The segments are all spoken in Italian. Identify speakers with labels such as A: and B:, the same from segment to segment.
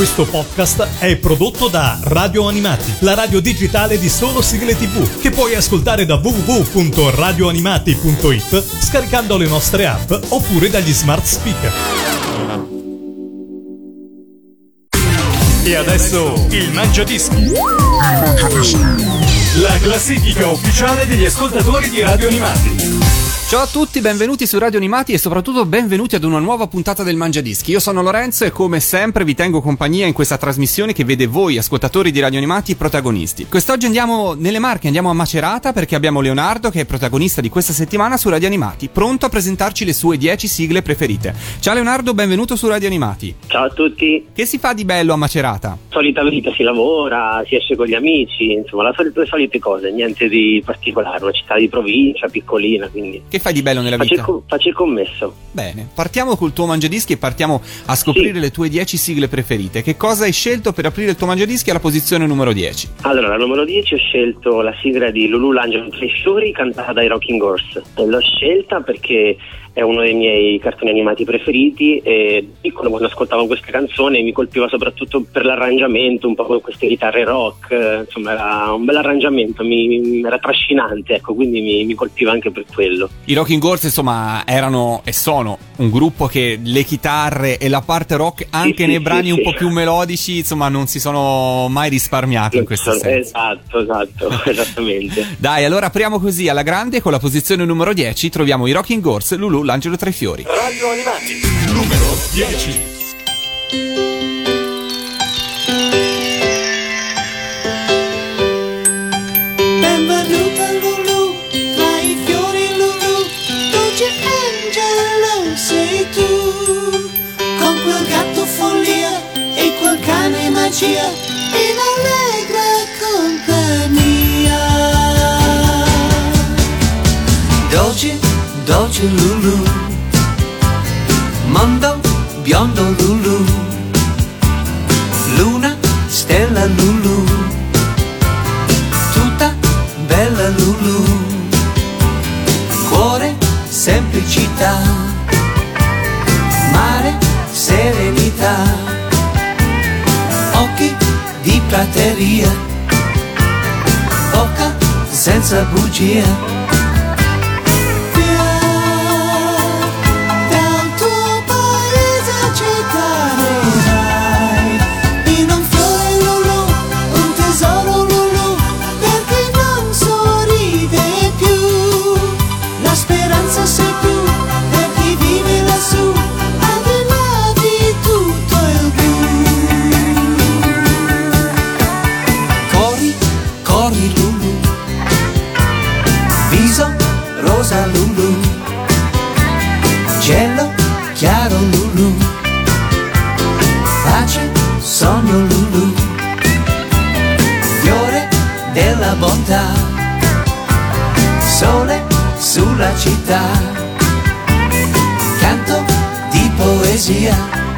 A: Questo podcast è prodotto da Radio Animati, la radio digitale di solo sigle TV, che puoi ascoltare da www.radioanimati.it scaricando le nostre app oppure dagli smart speaker. E adesso il Mangiadischi. La classifica ufficiale degli ascoltatori di Radio Animati.
B: Ciao a tutti, benvenuti su Radio Animati e soprattutto benvenuti ad una nuova puntata del Mangiadischi. Io sono Lorenzo e come sempre vi tengo compagnia in questa trasmissione che vede voi, ascoltatori di Radio Animati, protagonisti. Quest'oggi andiamo nelle Marche, andiamo a Macerata perché abbiamo Leonardo che è protagonista di questa settimana su Radio Animati, pronto a presentarci le sue 10 sigle preferite. Ciao Leonardo, benvenuto su Radio Animati.
C: Ciao a tutti.
B: Che si fa di bello a Macerata?
C: Solita vita, si lavora, si esce con gli amici, insomma le solite cose, niente di particolare, una città di provincia, piccolina, quindi...
B: Che fai di bello nella vita?
C: Faccio il commesso.
B: Bene, partiamo col tuo Mangiadischi e partiamo a scoprire le tue 10 sigle preferite. Che cosa hai scelto per aprire il tuo Mangiadischi alla posizione numero 10?
C: Allora, alla numero 10 ho scelto la sigla di Lulu l'angelo tra i fiori cantata dai Rocking Horse. L'ho scelta perché è uno dei miei cartoni animati preferiti e piccolo quando ascoltavo questa canzone mi colpiva soprattutto per l'arrangiamento, un po' con queste chitarre rock, insomma era un bel arrangiamento, era trascinante, ecco, quindi mi colpiva anche per quello.
B: I Rocking Horse insomma erano e sono un gruppo che le chitarre e la parte rock anche nei brani un po' più melodici insomma non si sono mai risparmiati in questo senso.
C: Esatto, esattamente.
B: Dai, allora apriamo così alla grande con la posizione numero 10 troviamo i Rocking Horse, Lulu l'angelo tra i fiori.
A: Radio Animati, numero 10.
D: Benvenuta Lulu, tra i fiori Lulu, dolce angelo sei tu, con quel gatto follia e quel cane magia, in allegra compagnia. Dolce Lulu, mondo biondo Lulu, luna, stella Lulu, tutta bella Lulu, cuore, semplicità, mare, serenità, occhi di prateria, bocca senza bugia. Lulu, cielo chiaro Lulu, pace, sogno Lulu, fiore della bontà, sole sulla città, canto di poesia,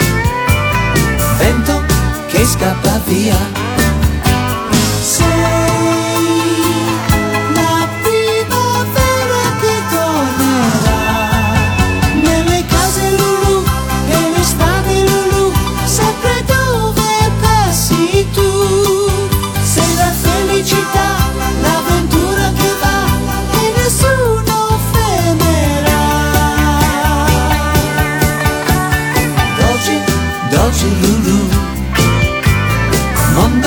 D: vento che scappa via. Dolce Lulu, mondo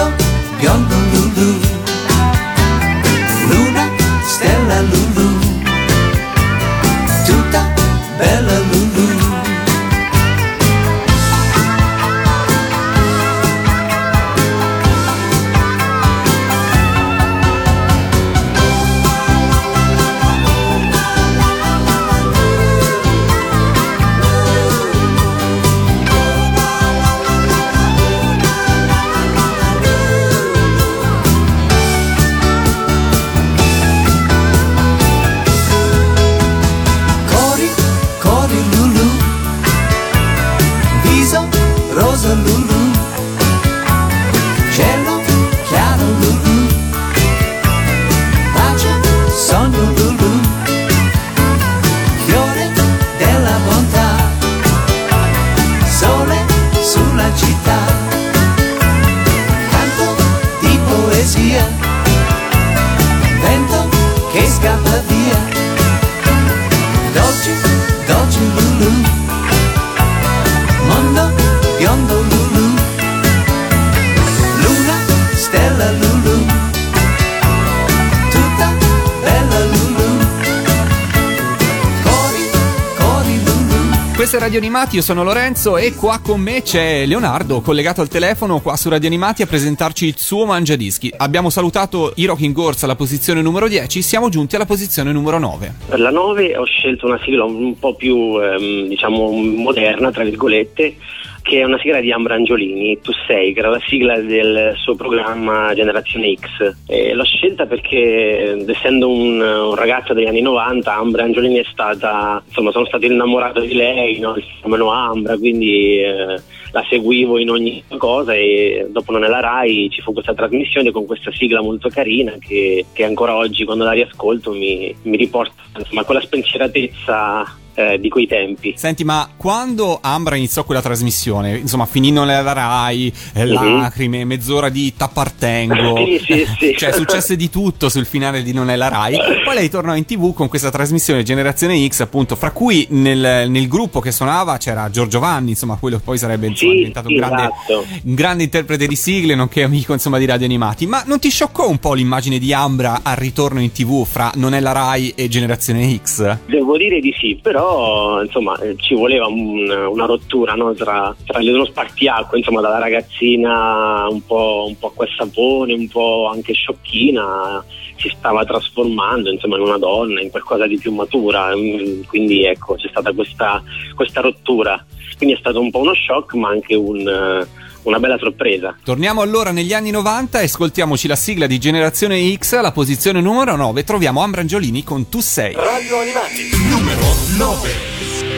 B: Questa è Radio Animati, io sono Lorenzo e qua con me c'è Leonardo collegato al telefono qua su Radio Animati a presentarci il suo mangiadischi. Abbiamo salutato i Rocking Horse alla posizione numero 10, siamo giunti alla posizione numero 9.
C: Per la 9 ho scelto una sigla un po' più diciamo moderna, tra virgolette, che è una sigla di Ambra Angiolini, Tu sei, che era la sigla del suo programma Generazione X. E l'ho scelta perché, essendo un ragazzo degli anni 90, Ambra Angiolini è stata, insomma, sono stato innamorato di lei, no? Il fenomeno Ambra, quindi la seguivo in ogni cosa, e dopo Non è la Rai ci fu questa trasmissione con questa sigla molto carina che ancora oggi, quando la riascolto, mi riporta, insomma, quella spensieratezza di quei tempi.
B: Senti, ma quando Ambra iniziò quella trasmissione, insomma, finì Non è la Rai, lacrime, mezz'ora di T'appartengo,
C: sì.
B: cioè successe di tutto sul finale di Non è la Rai. Poi lei tornò in TV con questa trasmissione Generazione X, appunto, fra cui nel gruppo che suonava c'era Giorgio Vanni, insomma, quello poi sarebbe diventato un grande interprete di sigle, nonché amico, insomma, di Radio Animati. Ma non ti scioccò un po' l'immagine di Ambra al ritorno in TV fra Non è la Rai e Generazione X?
C: Devo dire di sì, però insomma ci voleva una rottura, no? tra uno spartiacque, insomma, dalla ragazzina un po' acqua e sapone, un po' anche sciocchina, si stava trasformando, insomma, in una donna, in qualcosa di più matura, quindi ecco, c'è stata questa rottura, quindi è stato un po' uno shock, ma anche una bella sorpresa.
B: Torniamo allora negli anni 90 e ascoltiamoci la sigla di Generazione X. Alla posizione numero 9 troviamo Ambra Angiolini con Tu sei.
A: Radio Animati numero 9.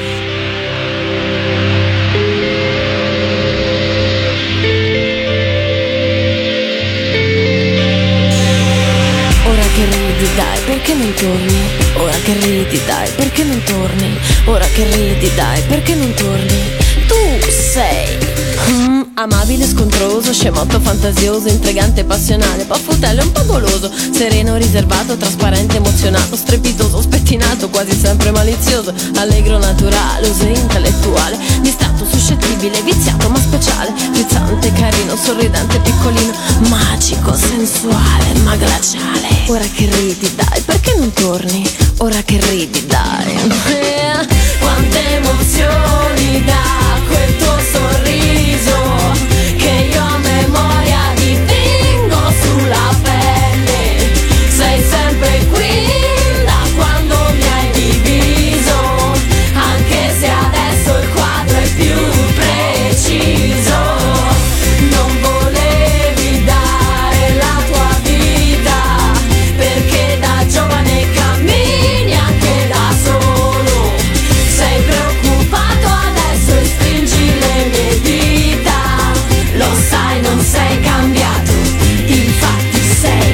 E: Dai, perché non torni? Ora che ridi, dai, perché non torni? Ora che ridi, dai, perché non torni? Tu sei amabile, scontroso, scemotto, fantasioso, intrigante, passionale, paffutello, un po' goloso, sereno, riservato, trasparente, emozionato, strepitoso, spettinato, quasi sempre malizioso, allegro, naturale, intellettuale, distratto, suscettibile, viziato ma speciale, frizzante, carino, sorridente, piccolino, magico, sensuale, ma glaciale. Ora che ridi, dai, perché non torni? Ora che ridi, dai. Quante emozioni dà quel tuo sorriso, che io a memoria dipingo sulla pelle. Sei sempre qui da quando mi hai diviso, anche se adesso il quadro è più preciso. Non volevi dare la tua vita, perché da giovane cammini anche da solo. Sei preoccupato adesso e stringi le mie dita. Lo sai, non sei cambiato, infatti sei.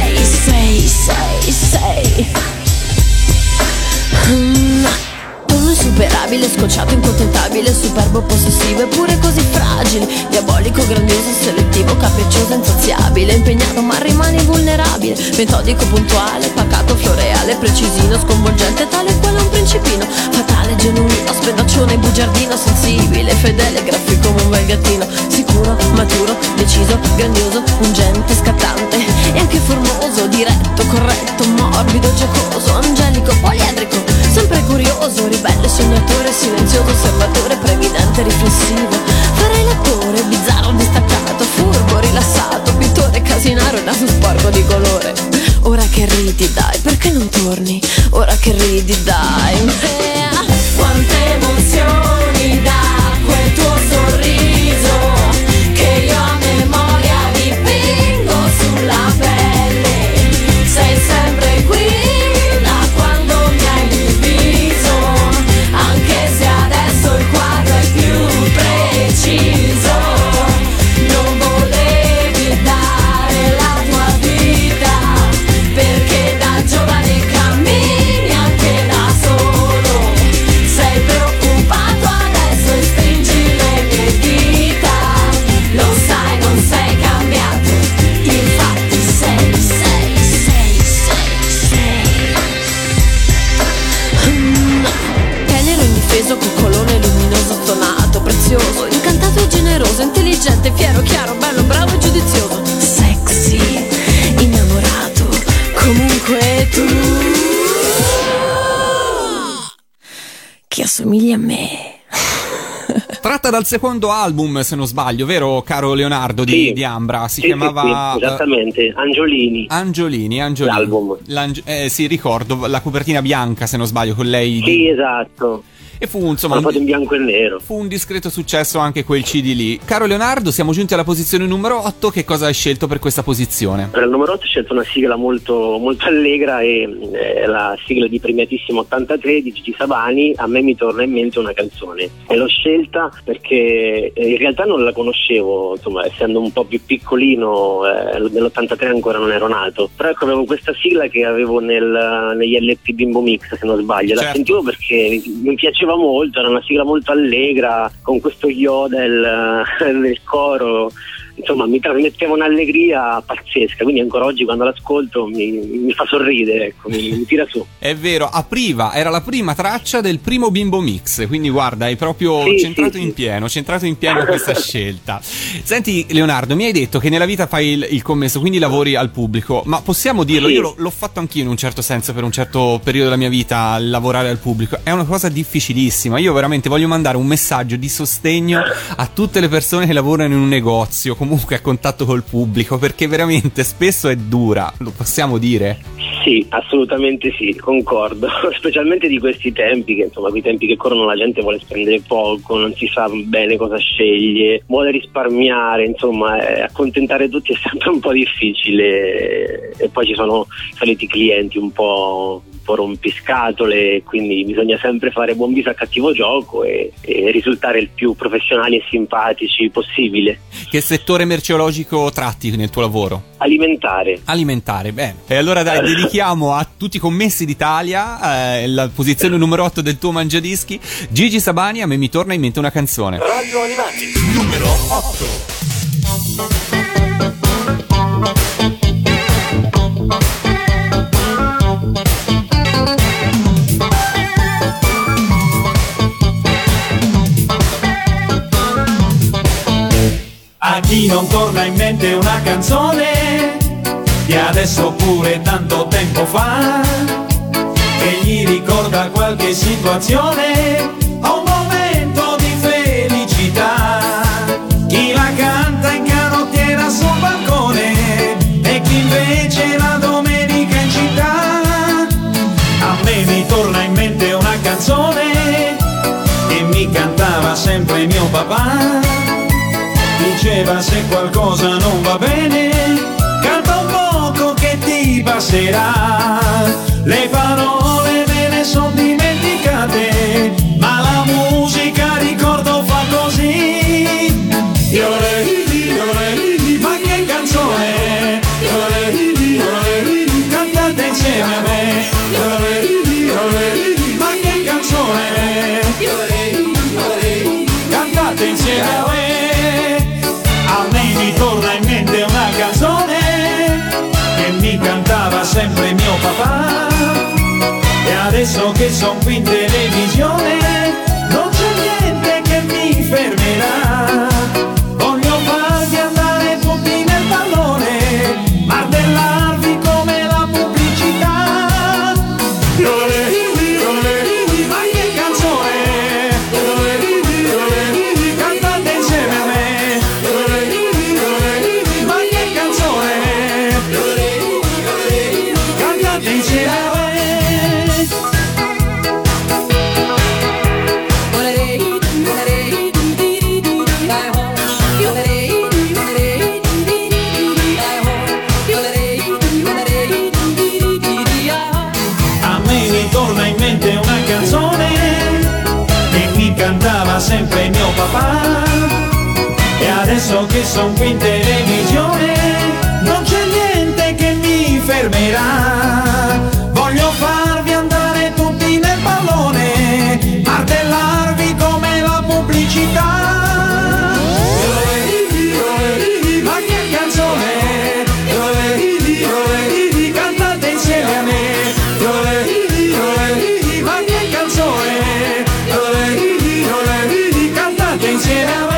E: Tono insuperabile, scocciato, incontentabile, superbo, possessivo, eppure così fragile, diabolico, grandioso, selettivo, capriccioso, insaziabile, impegnato ma rimani vulnerabile, metodico, puntuale, pacato, floreale, precisino, sconvolgente, tale quale un principino, fatale, genuino, spendaccione, bugiardino, sensibile, fedele, grafico come un bel gattino, sicuro, maturo, deciso, grandioso, ungente, scattante e anche formoso, diretto, corretto, morbido, giocoso, angelico, poliedrico, sempre curioso, ribelle, sognatore, silenzioso, osservatore, previdente, riflessivo, farei l'attore, bizzarro, distaccato, furbo, rilassato, pittore, casinaro e naso sporco di colore. Ora che ridi, dai, perché non torni? Ora che ridi, dai. Quante emozioni dà quel tuo sorriso, che io a memoria dipingo sulla pelle. Sei sempre qui da quando mi hai diviso, anche se adesso il quadro è più preciso. Non volevi dare la tua vita, perché da giovane cammini anche da solo. Sei preoccupato adesso e stringi le mie dita. Lo sai, non sei cambiato, infatti sei. Tenero, indifeso, coccolone, luminoso, tonato, prezioso, incantato e generoso, intelligente, fiero, chiaro, bello, bravo e giudizioso, sexy, innamorato, comunque tu, che assomigli a me.
B: tratta dal secondo album, se non sbaglio, vero caro Leonardo, di Ambra? Si chiamava...
C: Sì, esattamente, Angiolini.
B: L'album. Sì, ricordo, la copertina bianca, se non sbaglio, con lei.
C: Sì, esatto.
B: E fu, insomma,
C: in bianco e nero.
B: Fu un discreto successo anche quel CD lì. Caro Leonardo, siamo giunti alla posizione numero 8. Che cosa hai scelto per questa posizione?
C: Per il numero 8 ho scelto una sigla molto, molto allegra, e la sigla di Premiatissimo 83 di Gigi Sabani, A me mi torna in mente una canzone. E l'ho scelta perché in realtà non la conoscevo, insomma, essendo un po' più piccolino, nell'83 ancora non ero nato. Però ecco, avevo questa sigla che avevo negli LP Bimbo Mix, se non sbaglio.
B: Certo.
C: La sentivo perché mi piaceva molto, era una sigla molto allegra, con questo yodel nel coro, insomma mi trasmetteva un'allegria pazzesca, quindi ancora oggi quando l'ascolto mi fa sorridere, ecco, mi tira su.
B: È vero, era la prima traccia del primo Bimbo Mix, quindi guarda, hai proprio centrato in pieno questa scelta. Senti Leonardo, mi hai detto che nella vita fai il commesso, quindi lavori al pubblico, ma possiamo dirlo, io l'ho fatto anch'io in un certo senso per un certo periodo della mia vita, lavorare al pubblico, è una cosa difficilissima. Io veramente voglio mandare un messaggio di sostegno a tutte le persone che lavorano in un negozio, comunque a contatto col pubblico, perché veramente spesso è dura, lo possiamo dire?
C: Sì, assolutamente sì, concordo, specialmente di questi tempi, che insomma, quei tempi che corrono, la gente vuole spendere poco, non si sa bene cosa sceglie, vuole risparmiare, insomma, accontentare tutti è sempre un po' difficile, e poi ci sono i soliti clienti un po' rompiscatole, quindi bisogna sempre fare buon viso a cattivo gioco e risultare il più professionali e simpatici possibile.
B: Che settore merceologico tratti nel tuo lavoro?
C: Alimentare,
B: bene. E allora dai, dedichiamo a tutti i commessi d'Italia la posizione numero 8 del tuo mangiadischi, Gigi Sabani, A me mi torna in mente una canzone.
A: Radio Animati, numero 8.
F: A chi non torna in mente una canzone di adesso oppure tanto tempo fa, che gli ricorda qualche situazione o un momento di felicità? Chi la canta in canottiera sul balcone e chi invece la domenica in città? A me mi torna in mente una canzone che mi cantava sempre mio papà. Diceva: se qualcosa non va bene, canta un poco che ti passerà. Le parole me ne son dimenticate, ma la musica ricordo fa così. Ma che canzone, cantate insieme a me. Ma che canzone, cantate insieme a me. A me mi torna in mente una canzone che mi cantava sempre mio papà, e adesso che son qui in televisione non c'è niente che mi fermerà. Voglio farvi andare tutti nel pallone, martellarvi come la pubblicità. Ma che canzone, cantate insieme a me. Ma che canzone, cantate insieme a me. A me mi torna in mente una canzone che mi cantava sempre mio papà, e adesso che son qui in televisione non c'è niente che mi fermerà. Voglio farvi andare tutti nel pallone, martellarvi come la pubblicità. Ma che canzone, cantate insieme a me. Ma che canzone, cantate insieme a me.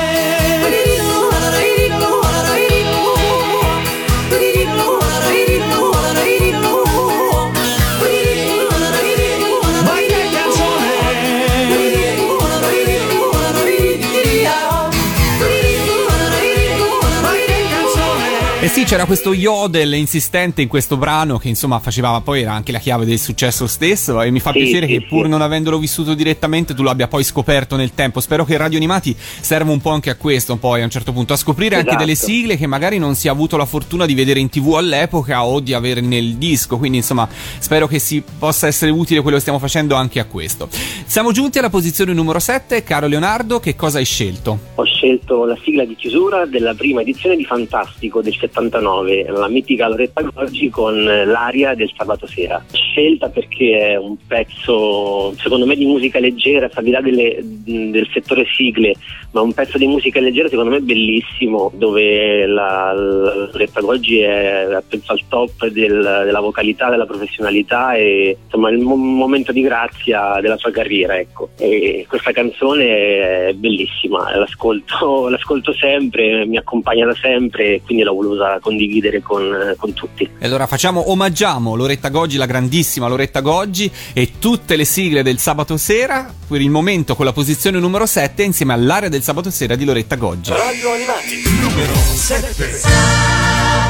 B: Eh sì, c'era questo yodel insistente in questo brano che insomma faceva, poi era anche la chiave del successo stesso, e mi fa piacere che pur non avendolo vissuto direttamente tu l'abbia poi scoperto nel tempo. Spero che Radio Animati serva un po' anche a questo, poi a un certo punto a scoprire anche delle sigle che magari non si è avuto la fortuna di vedere in TV all'epoca o di avere nel disco, quindi insomma spero che si possa essere utile quello che stiamo facendo anche a questo. Siamo giunti alla posizione numero 7. Caro Leonardo, che cosa hai scelto?
C: Ho scelto la sigla di chiusura della prima edizione di Fantastico del 79, la mitica Loretta Goggi con l'aria del sabato sera. Scelta perché è un pezzo, secondo me, di musica leggera, al di là del settore sigle, ma un pezzo di musica leggera secondo me bellissimo, dove la Loretta Goggi è penso al top della vocalità, della professionalità e insomma il momento di grazia della sua carriera, ecco. E questa canzone è bellissima, l'ascolto sempre, mi accompagna da sempre e quindi l'ho voluta condividere con tutti.
B: E allora omaggiamo Loretta Goggi, la grandissima Loretta Goggi, e tutte le sigle del sabato sera, per il momento con la posizione numero 7 insieme all'area del sabato sera di Loretta Goggi.
G: Radio Animati numero 7.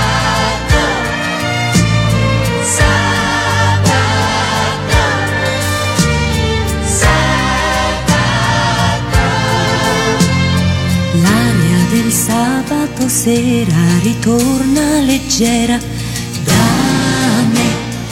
H: L'aria del sabato sera ritorna leggera da me,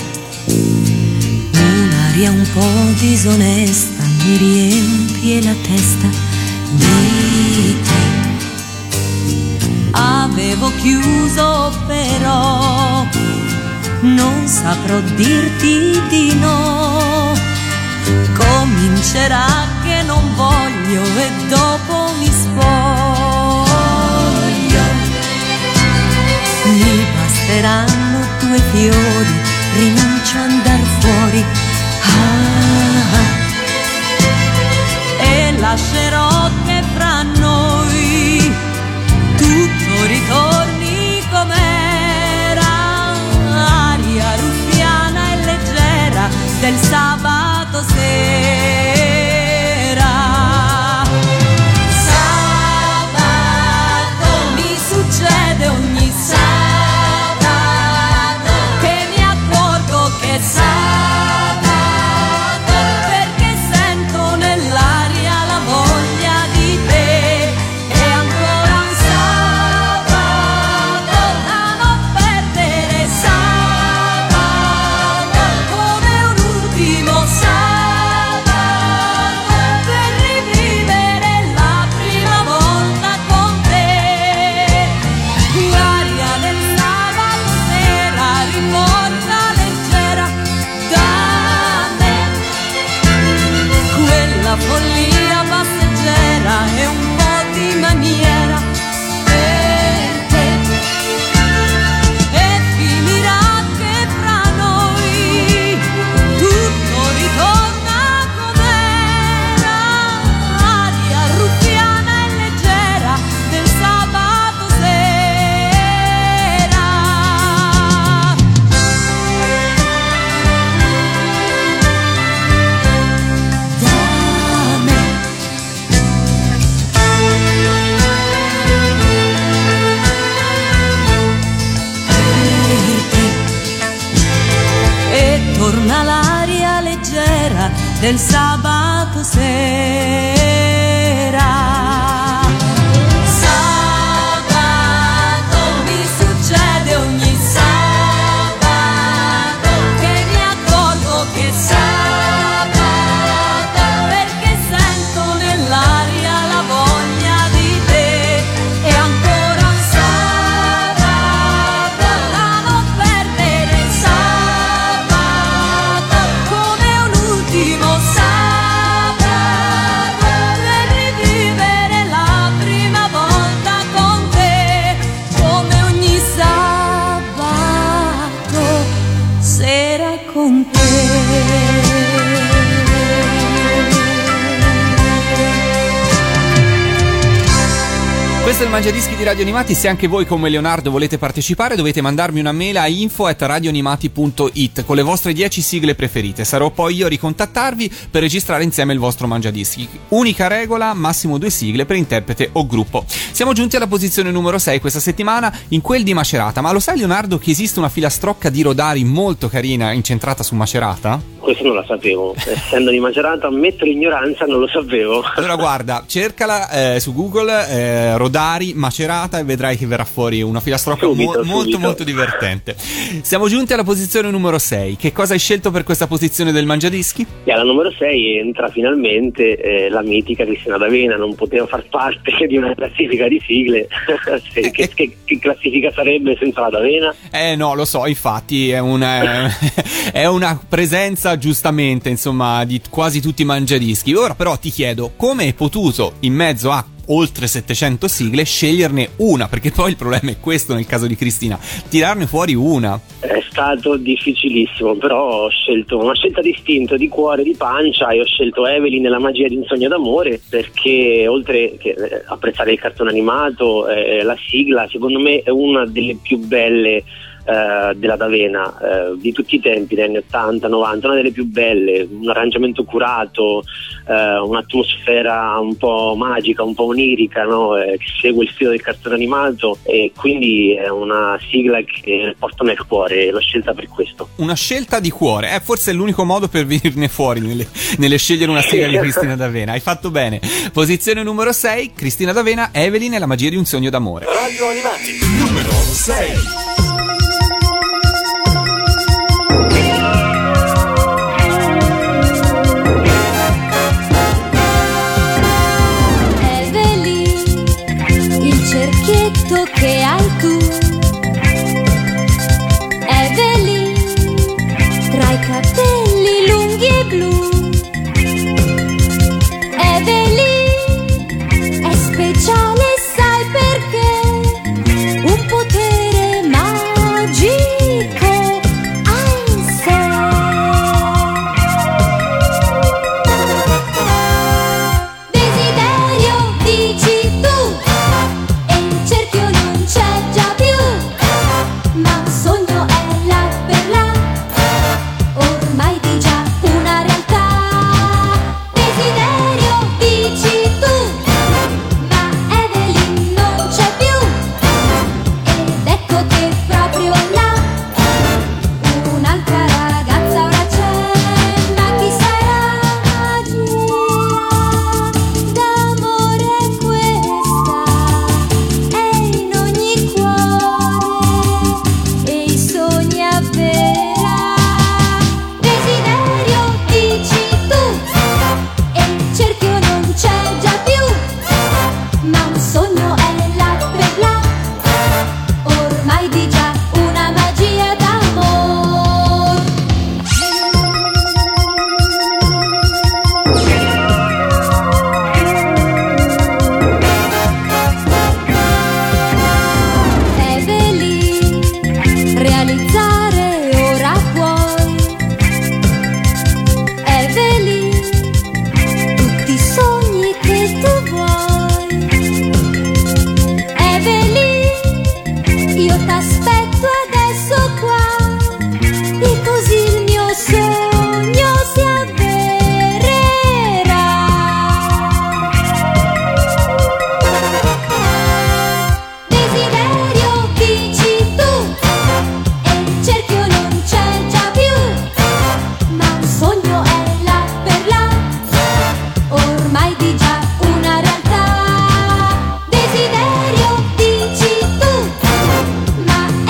H: un'aria un po' disonesta mi riempie la testa di te. Avevo chiuso però non saprò dirti di no, comincerà che non voglio e dopo mi spoglio. Mi basteranno 2 fiori, rinuncio a andar fuori, e lascerò che fra noi tutto ritorni com'era, aria ruffiana e leggera del sabato sera. Succede ogni sabato che mi accorgo che è sabato, perché sento nell'aria la voglia di te, e ancora un sabato da non perdere, sabato come un ultimo sabato per rivivere la prima volta con te. L'aria del sabato sera riporta leggera da me quella follia passeggera e un po' di maniera per te, e finirà che fra noi tutto ritorna com'era, aria ruffiana e leggera del sabato sera. Da me per te, e torna l'aria leggera del sabato sera. Sabato mi succede ogni sabato che mi accorgo che è sabato, perché sento nell'aria la voglia di te, e ancora un sabato da non perdere, sabato come un ultimo sabato
B: Questo è il Mangiadischi di Radio Animati. Se anche voi come Leonardo volete partecipare, dovete mandarmi una mail a info@radioanimati.it con le vostre 10 sigle preferite. Sarò poi io a ricontattarvi per registrare insieme il vostro Mangiadischi. Unica regola, massimo 2 sigle per interprete o gruppo. Siamo giunti alla posizione numero 6 questa settimana, in quel di Macerata. Ma lo sai, Leonardo, che esiste una filastrocca di Rodari molto carina incentrata su Macerata?
C: Questo non la sapevo, essendo di Macerata ammetto l'ignoranza, non lo sapevo.
B: Allora guarda, cercala su Google, Rodari, Macerata, e vedrai che verrà fuori una filastrocca molto molto divertente. Siamo giunti alla posizione numero 6. Che cosa hai scelto per questa posizione del Mangiadischi?
C: E alla numero 6 entra finalmente la mitica Cristina D'Avena. Non poteva far parte di una classifica di sigle. Che classifica sarebbe senza la D'Avena?
B: No, lo so, infatti è una presenza giustamente, insomma, di quasi tutti i Mangiadischi. Ora però ti chiedo, come hai potuto, in mezzo a oltre 700 sigle, sceglierne una? Perché poi il problema è questo nel caso di Cristina, tirarne fuori una.
C: È stato difficilissimo, però ho scelto una scelta distinta, di cuore, di pancia, e ho scelto Evelyn nella magia di un sogno d'amore, perché oltre che apprezzare il cartone animato, la sigla secondo me è una delle più belle della D'Avena, di tutti i tempi, degli anni 80, 90, una delle più belle, un arrangiamento curato, un'atmosfera un po' magica, un po' onirica, no? Che segue il filo del cartone animato, e quindi è una sigla che porto nel cuore, l'ho scelta per questo.
B: Una scelta di cuore, forse è l'unico modo per venirne fuori nelle scegliere una sigla di Cristina D'Avena. Hai fatto bene. Posizione numero 6, Cristina D'Avena, Evelyn e la magia di un sogno d'amore.
G: Radio Animati, numero 6.
H: Che hai tu, Evelyn, tra i capelli lunghi e blu. Evelyn è speciale, sai perché? Un potere magico ha in sé. Desiderio, dici tu, ma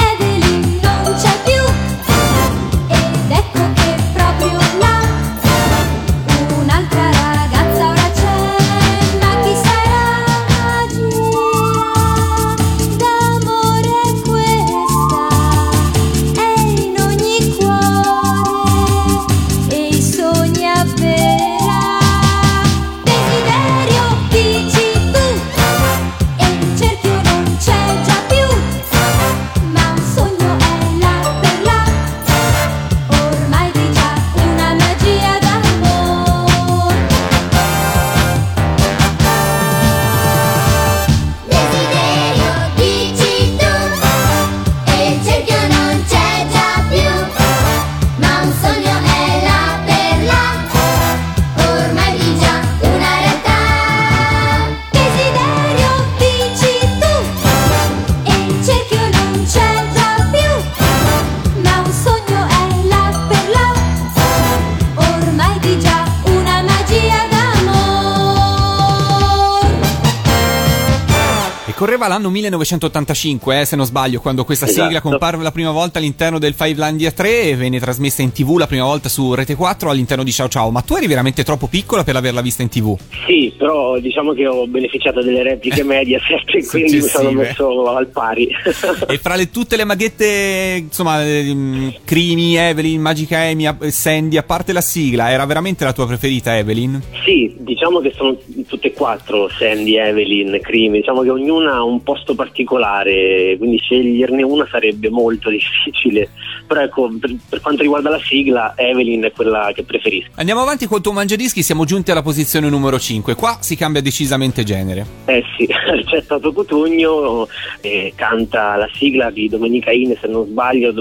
B: diceva l'anno 1985, se non sbaglio, quando questa
C: Esatto.
B: sigla comparve la prima volta all'interno del Fivelandia 3 e venne trasmessa in TV la prima volta su Rete 4 all'interno di Ciao Ciao. Ma tu eri veramente troppo piccola per averla vista in TV?
C: Sì, però diciamo che ho beneficiato delle repliche Mediaset e quindi mi sono messo al pari.
B: E fra tutte le maghette, insomma, Crimi, Evelyn, Magica Amy, Sandy, a parte la sigla, era veramente la tua preferita, Evelyn?
C: Sì, diciamo che sono tutte e quattro, Sandy, Evelyn, Crimi, diciamo che ognuna ha un posto particolare, quindi sceglierne una sarebbe molto difficile, però ecco, per quanto riguarda la sigla, Evelyn è quella che preferisco.
B: Andiamo avanti col tuo Mangiadischi, siamo giunti alla posizione numero 5, qua si cambia decisamente genere.
C: Sì, c'è Toto Cutugno, canta la sigla di Domenica In, se non sbaglio,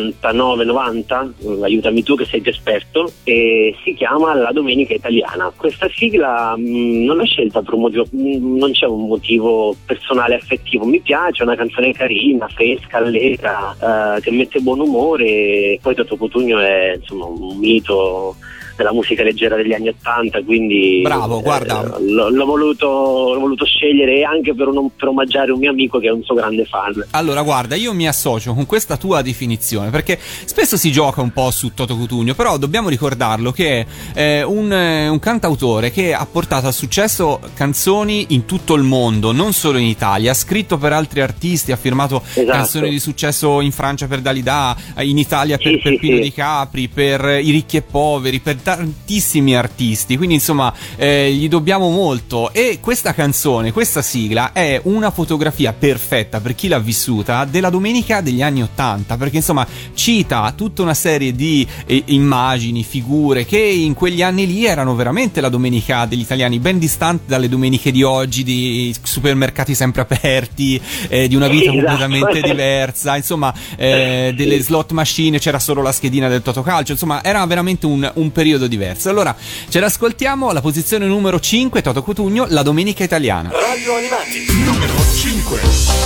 C: d'89-90, aiutami tu che sei più esperto, e si chiama La Domenica Italiana. Questa sigla non l'ho scelta per un motivo, non c'è un motivo personale affettivo, mi piace, è una canzone carina, fresca, allegra, che mette buon umore. Poi Toto Cutugno è insomma un mito della musica leggera degli anni '80, quindi
B: bravo, guarda,
C: l'ho voluto scegliere anche per omaggiare un mio amico che è un suo grande fan.
B: Allora guarda, io mi associo con questa tua definizione, perché spesso si gioca un po' su Toto Cutugno, però dobbiamo ricordarlo che è un cantautore che ha portato al successo canzoni in tutto il mondo, non solo in Italia, ha scritto per altri artisti, ha firmato canzoni di successo in Francia per Dalida, in Italia per Pino Di Capri, per I Ricchi e Poveri, per tantissimi artisti, quindi insomma gli dobbiamo molto. E questa canzone, questa sigla è una fotografia perfetta per chi l'ha vissuta della domenica degli anni '80, perché insomma cita tutta una serie di immagini, figure che in quegli anni lì erano veramente la domenica degli italiani, ben distante dalle domeniche di oggi, di supermercati sempre aperti, di una vita completamente diversa, insomma delle slot machine, c'era solo la schedina del Totocalcio, insomma era veramente un periodo diverso. Allora ce l'ascoltiamo alla posizione numero 5, Toto Cutugno, La Domenica Italiana.
G: Radio Animati, numero 5.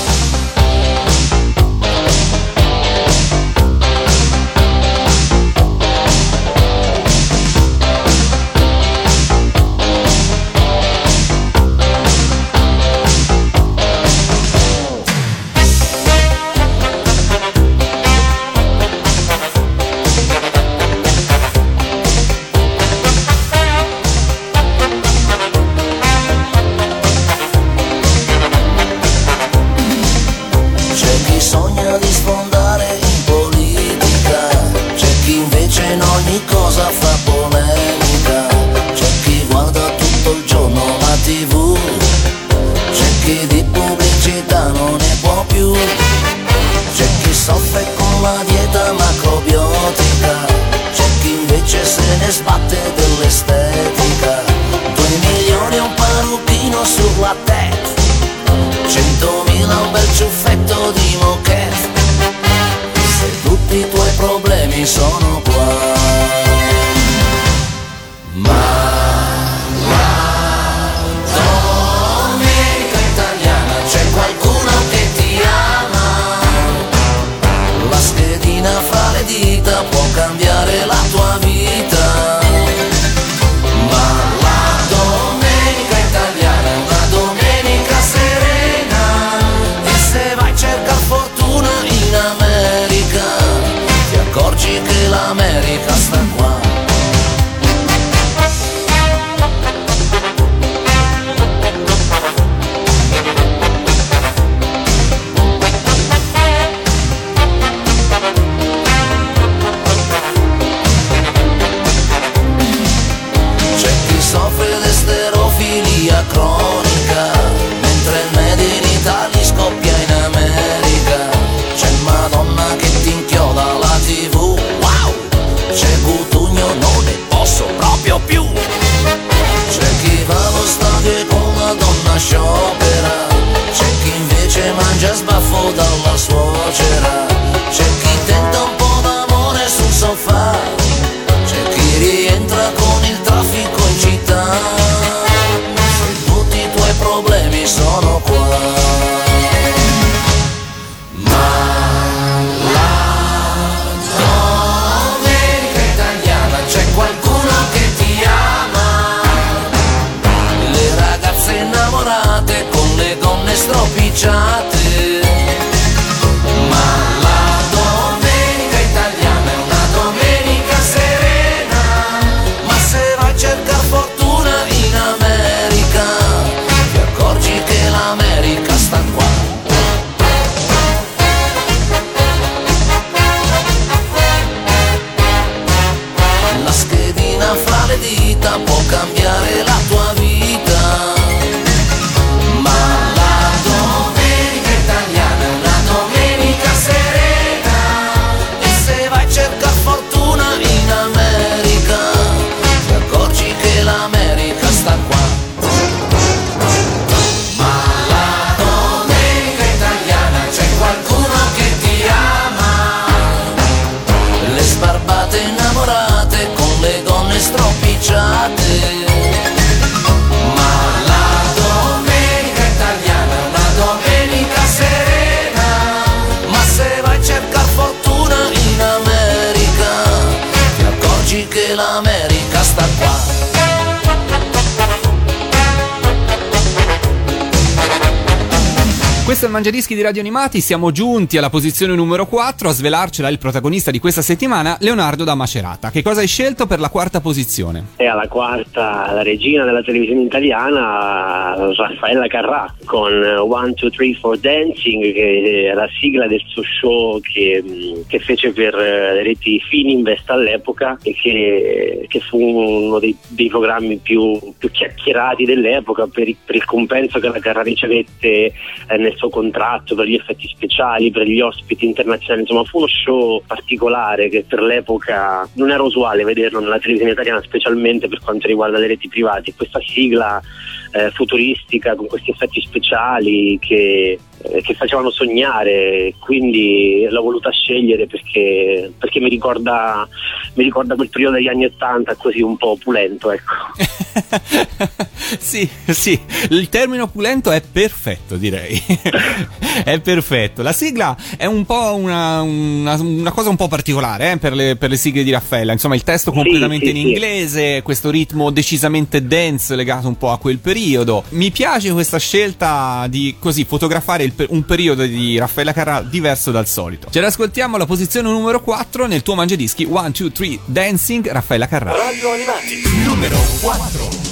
I: Sono qua, ma la domenica italiana c'è qualcuno che ti ama. La schedina fra le dita può cambiare la tua vita, ma la domenica italiana è una domenica serena. E se vai a cercare fortuna in America, ti accorgi che l'America sta qua. C'è chi soffre d'esterofilia cronica, mentre il Made in Italy scoppia in America. C'è Madonna che ti inchioda la TV, wow! C'è Cutugno, non ne posso proprio più. C'è chi va allo stadio e con la donna sciopera, c'è chi invece mangia sbaffo dalla suocera, c'è chi tenta un po' d'amore sul sofà, c'è chi rientra con il traffico in città. Tutti i tuoi problemi sono qua. Stropicciate
B: Questo è il Mangiadischi di Radio Animati, siamo giunti alla posizione numero 4, a svelarcela il protagonista di questa settimana, Leonardo da Macerata. Che cosa hai scelto per la quarta posizione?
C: E alla quarta, la regina della televisione italiana, Raffaella Carrà, con 1, 2, 3, 4 Dancing, che è la sigla del suo show che fece per le reti Fininvest all'epoca e che fu uno dei programmi più chiacchierati dell'epoca per il compenso che la Carrà ricevette nel suo contratto, per gli effetti speciali, per gli ospiti internazionali. Insomma, fu uno show particolare che per l'epoca non era usuale vederlo nella televisione italiana, specialmente per quanto riguarda le reti private. Questa sigla futuristica con questi effetti speciali che facevano sognare, quindi l'ho voluta scegliere perché mi ricorda quel periodo degli anni '80 così un po' opulento, ecco.
B: Sì, il termine opulento è perfetto, direi. È perfetto. La sigla è un po' una cosa un po' particolare per le sigle di Raffaella. Insomma, il testo completamente in inglese, questo ritmo decisamente dance legato un po' a quel periodo. Mi piace questa scelta di così fotografare un periodo di Raffaella Carrà diverso dal solito. Ce l'ascoltiamo alla posizione numero 4 nel tuo Mangiadischi 1, 2, 3 Dancing, Raffaella Carrà.
G: Radio Animati numero 4.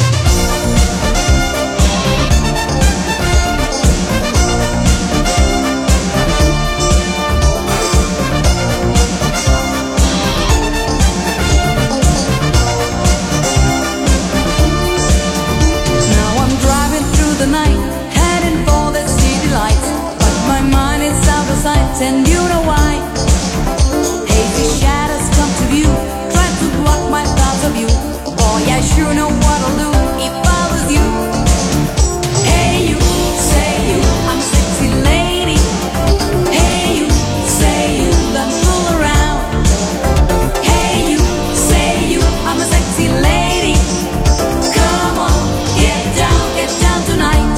H: And you know why? Hazy shadows come to view, try to block my thoughts of you. Boy, I sure know what I'll do if I was you. Hey you, say you, I'm a sexy lady. Hey you, say you, don't fool around. Hey you, say you, I'm a sexy lady. Come on, get down tonight.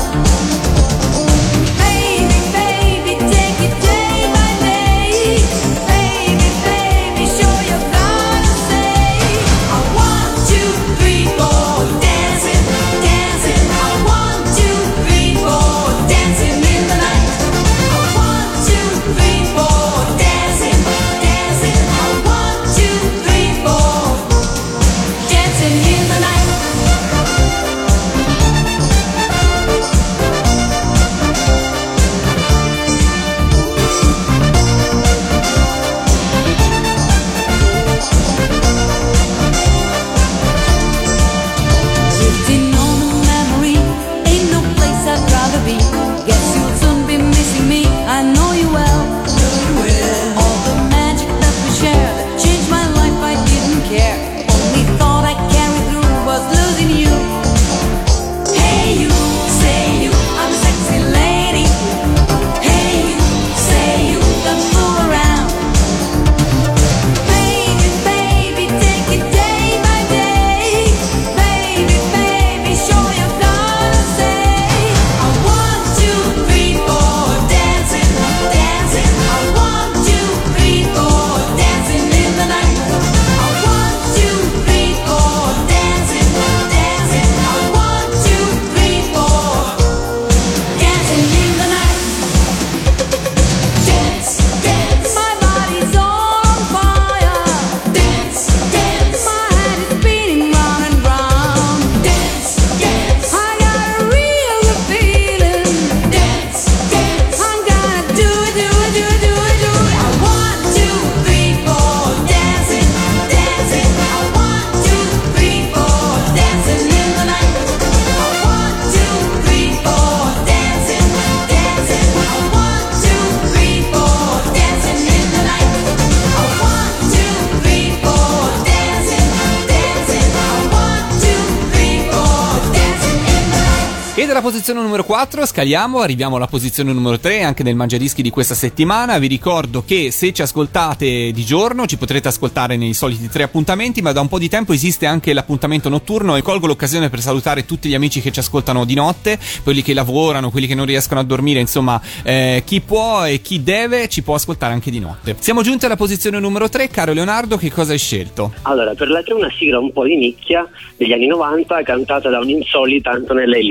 B: Dalla posizione numero 4 scaliamo, arriviamo alla posizione numero 3 anche nel Mangiadischi di questa settimana. Vi ricordo che se ci ascoltate di giorno ci potrete ascoltare nei soliti 3 appuntamenti, ma da un po' di tempo esiste anche l'appuntamento notturno e colgo l'occasione per salutare tutti gli amici che ci ascoltano di notte, quelli che lavorano, quelli che non riescono a dormire, insomma chi può e chi deve ci può ascoltare anche di notte. Siamo giunti alla posizione numero 3, caro Leonardo, che cosa hai scelto?
C: Allora, per la 3 una sigla un po' di nicchia degli anni 90 cantata da un'insolita Antonella Elia,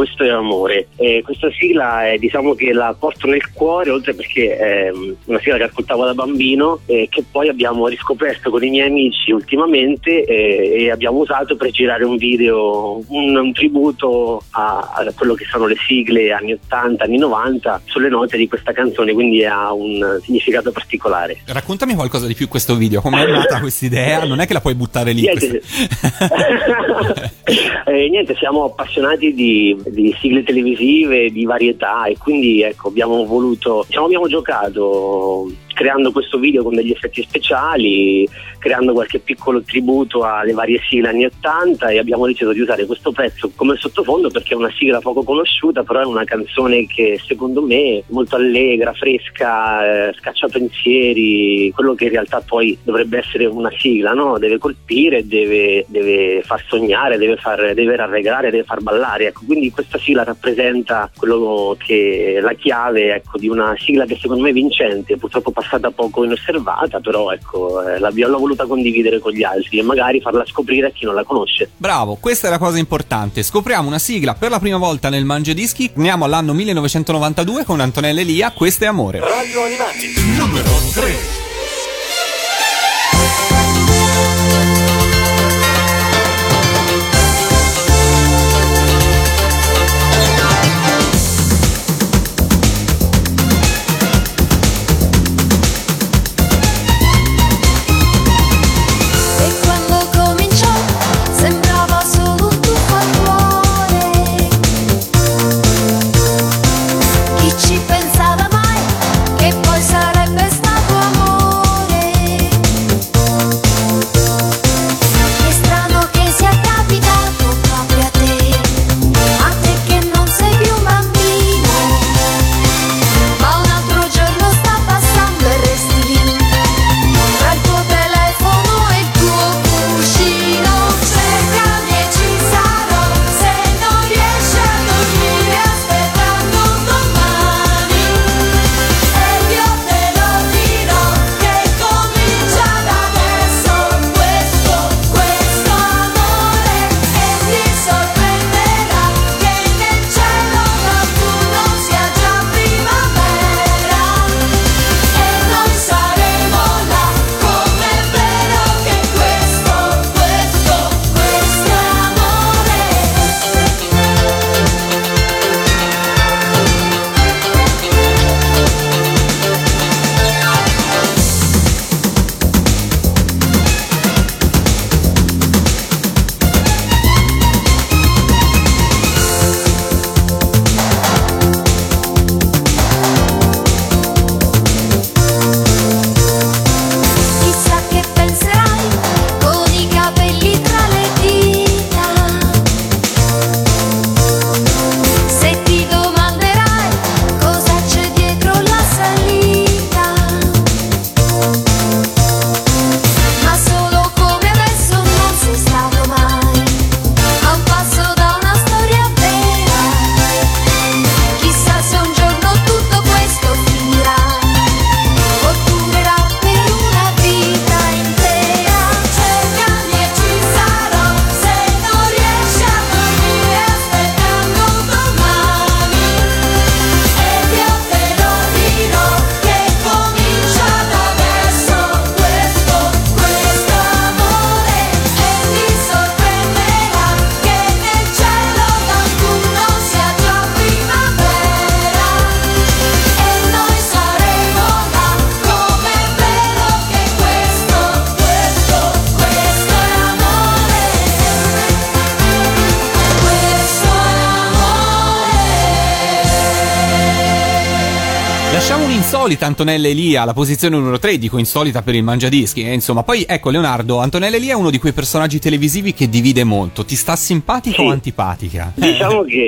C: Questo è amore. Questa sigla diciamo che la porto nel cuore, oltre perché è una sigla che ascoltavo da bambino e che poi abbiamo riscoperto con i miei amici ultimamente e abbiamo usato per girare un video, un tributo a quello che sono le sigle anni 80, anni 90 sulle note di questa canzone, quindi ha un significato particolare.
B: Raccontami qualcosa di più questo video, come è nata questa idea? Non è che la puoi buttare lì.
C: Niente, siamo appassionati di sigle televisive, di varietà, e quindi ecco abbiamo giocato creando questo video con degli effetti speciali, creando qualche piccolo tributo alle varie sigle anni 80, e abbiamo deciso di usare questo pezzo come sottofondo perché è una sigla poco conosciuta, però è una canzone che secondo me è molto allegra, fresca, scacciapensieri, quello che in realtà poi dovrebbe essere una sigla, no? Deve colpire, deve far sognare, deve rallegrare, deve far ballare, ecco. Quindi questa sigla rappresenta quello che la chiave, ecco, di una sigla che secondo me è vincente, purtroppo passata poco inosservata, però ecco l'ho voluta condividere con gli altri e magari farla scoprire a chi non la conosce.
B: Bravo, questa è la cosa importante. Scopriamo una sigla per la prima volta nel Mangiadischi. Andiamo all'anno 1992 con Antonella Elia, Questo è amore.
G: Radio Animati, numero 3.
E: Ci pensava mai che poi sarebbe stato amore?
B: Lasciamo un'insolita Antonella Elia alla posizione numero 3, dico insolita per il Mangiadischi, insomma. Poi ecco Leonardo, Antonella Elia è uno di quei personaggi televisivi che divide molto. Ti sta simpatica o antipatica?
C: Diciamo che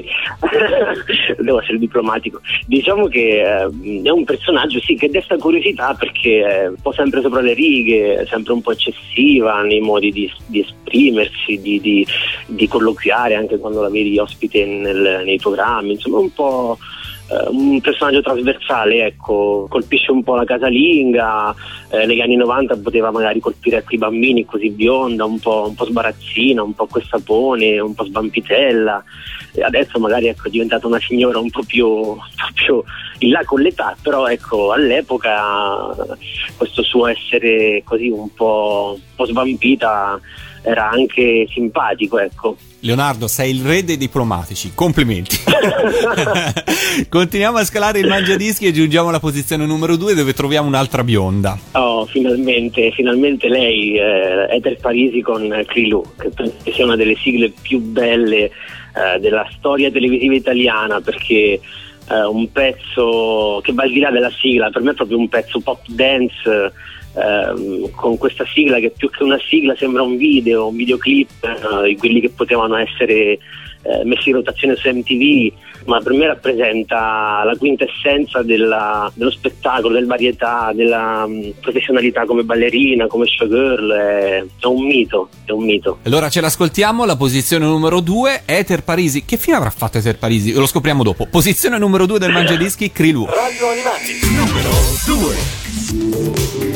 C: devo essere diplomatico. Diciamo che è un personaggio che desta curiosità, perché è un po' sempre sopra le righe, sempre un po' eccessiva nei modi di esprimersi, di colloquiare anche quando la vedi ospite nei programmi, insomma un po' un personaggio trasversale, ecco, colpisce un po' la casalinga, negli anni 90 poteva magari colpire ecco, i bambini, così bionda, un po' sbarazzina, un po' quel sapone, un po' svampitella, e adesso magari ecco, è diventata una signora un po' più in là con l'età, però ecco, all'epoca questo suo essere così un po' svampita era anche simpatico, ecco.
B: Leonardo, sei il re dei diplomatici, complimenti. Continuiamo a scalare il mangiadischi e giungiamo alla posizione numero 2 dove troviamo un'altra bionda.
C: Oh, finalmente lei, Ether Parisi con Krilou, che penso sia una delle sigle più belle della storia televisiva italiana, perché un pezzo che va al di là della sigla, per me è proprio un pezzo pop dance, con questa sigla che più che una sigla sembra un videoclip di quelli che potevano essere messi in rotazione su MTV, ma per me rappresenta la quintessenza dello spettacolo, del varietà, della professionalità come ballerina, come showgirl, è un mito.
B: Allora ce l'ascoltiamo, la posizione numero 2, Ether Parisi. Che fine avrà fatto Ether Parisi? Lo scopriamo dopo. Posizione numero 2 del mangiadischi, Krilou.
G: Radio Animati, numero 2.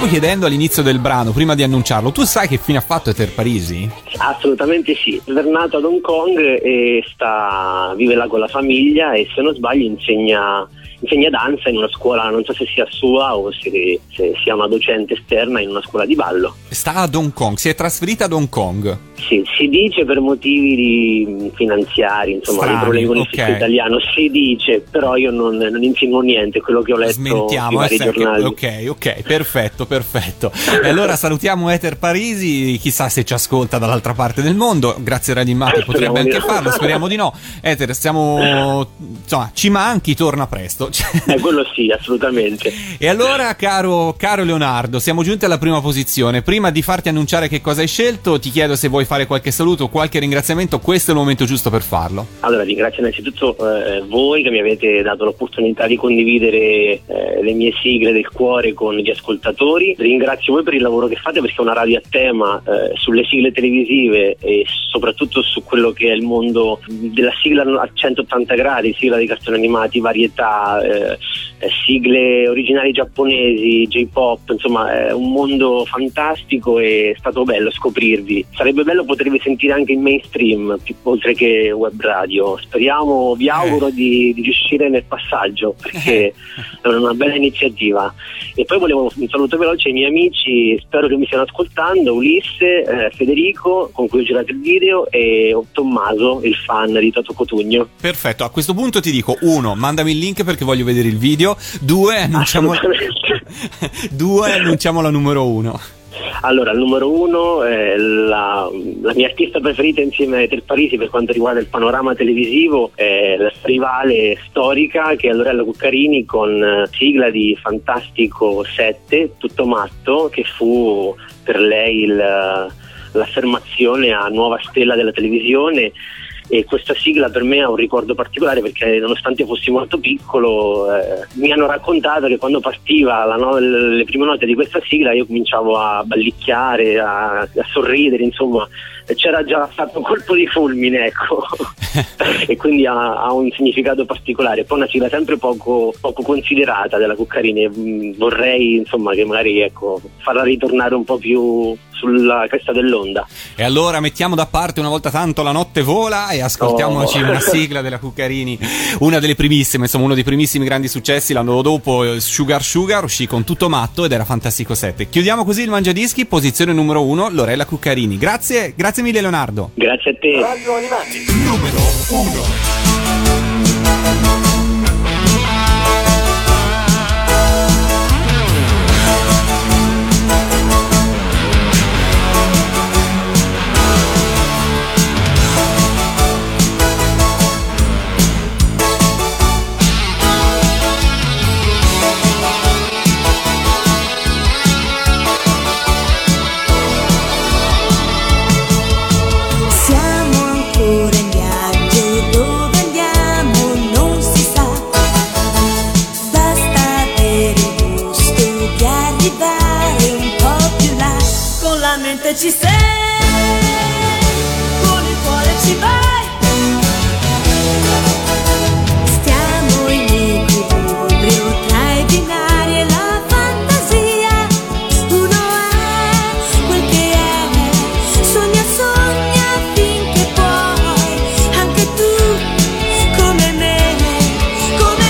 B: stavo chiedendo all'inizio del brano, prima di annunciarlo, tu sai che fine ha fatto Eter Parisi?
C: Assolutamente sì, è nato ad Hong Kong e vive là con la famiglia e se non sbaglio insegna danza in una scuola, non so se sia sua o se sia una docente esterna in una scuola di ballo.
B: Sta ad Hong Kong, si è trasferita ad Hong Kong.
C: Sì, si dice per motivi finanziari, insomma,
B: Strani,
C: dei problemi con il fisco italiano, si dice, però io non insinuo niente, quello che ho letto sui vari giornali.
B: Ok, perfetto. E allora salutiamo Eter Parisi, chissà se ci ascolta dall'altra parte del mondo, grazie a Radio Animati potrebbe anche farlo, speriamo di no. Eter, insomma, ci manchi, torna presto.
C: Quello sì, assolutamente.
B: E allora, caro Leonardo, siamo giunti alla prima posizione. Prima di farti annunciare che cosa hai scelto, ti chiedo se vuoi fare qualche saluto, qualche ringraziamento. Questo è il momento giusto per farlo.
C: Allora, ringrazio innanzitutto voi che mi avete dato l'opportunità di condividere le mie sigle del cuore con gli ascoltatori. Ringrazio voi per il lavoro che fate, perché è una radio a tema sulle sigle televisive e soprattutto su quello che è il mondo della sigla a 180 gradi, sigla dei cartoni animati, varietà, sigle originali giapponesi, J-pop, insomma è un mondo fantastico e è stato bello scoprirvi. Sarebbe bello potervi sentire anche in mainstream oltre che web radio. Speriamo, vi auguro di riuscire nel passaggio, perché è una bella iniziativa. E poi volevo un saluto veloce ai miei amici, spero che mi stiano ascoltando: Ulisse, Federico, con cui ho girato il video, e Tommaso, il fan di Toto Cotugno.
B: Perfetto, a questo punto ti dico: 1, mandami il link perché voglio vedere il video. 2, annunciamo la numero 1.
C: Allora, il numero 1 è la mia artista preferita insieme a Eter Parisi per quanto riguarda il panorama televisivo, è la rivale storica, che è Lorella Cuccarini, con sigla di Fantastico 7, Tutto matto, che fu per lei l'affermazione a nuova stella della televisione. E questa sigla per me ha un ricordo particolare, perché nonostante fossi molto piccolo mi hanno raccontato che quando partiva le prime note di questa sigla io cominciavo a ballicchiare, a sorridere, insomma c'era già stato un colpo di fulmine, ecco. E quindi ha un significato particolare. Poi una sigla sempre poco considerata della Cuccarini, vorrei insomma che magari farla ritornare un po' più sulla cresta dell'onda.
B: E allora mettiamo da parte una volta tanto La notte vola e ascoltiamoci una sigla della Cuccarini, una delle primissime, insomma uno dei primissimi grandi successi. L'anno dopo Sugar uscì con Tutto matto ed era Fantastico 7. Chiudiamo così il Mangiadischi, posizione numero 1, Lorella Cuccarini. Grazie mille Leonardo.
C: Grazie a te.
G: Radio Animati numero 1.
H: Ci sei, con il cuore ci vai, stiamo in equilibrio tra i binari e la fantasia. Uno è quel che è, sogna finché puoi, anche tu come me, come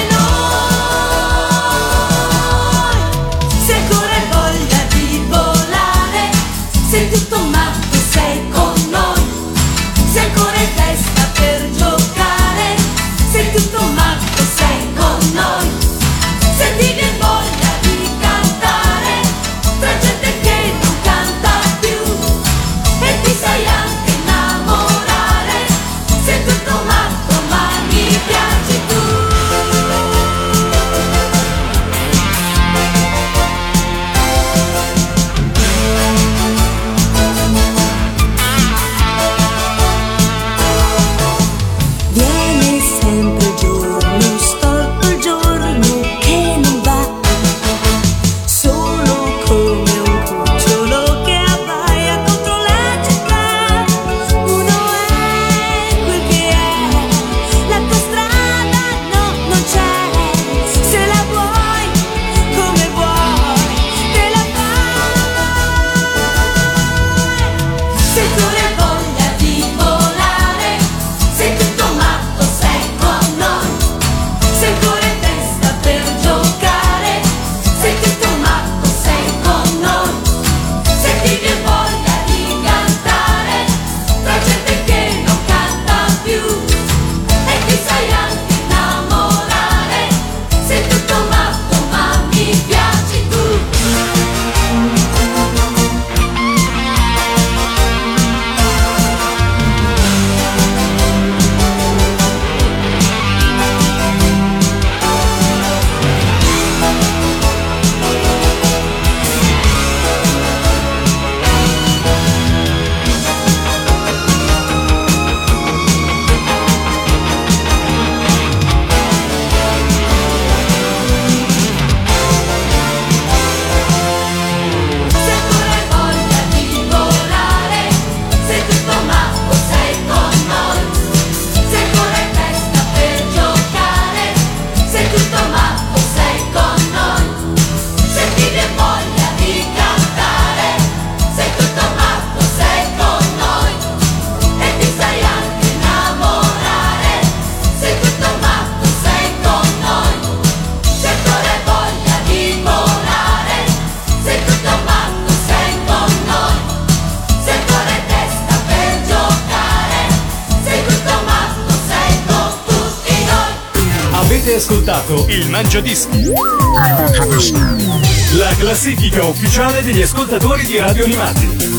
H: noi. Se ancora hai voglia di volare, sei tutto male.
A: ascoltato
G: Il Mangiadischi.
A: la classifica ufficiale degli ascoltatori di Radio Animati.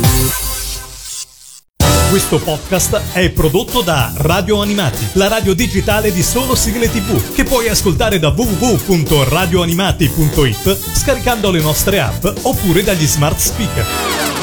A: Questo podcast è prodotto da Radio Animati, la radio digitale di solo sigle TV, che puoi ascoltare da www.radioanimati.it scaricando le nostre app oppure dagli smart speaker.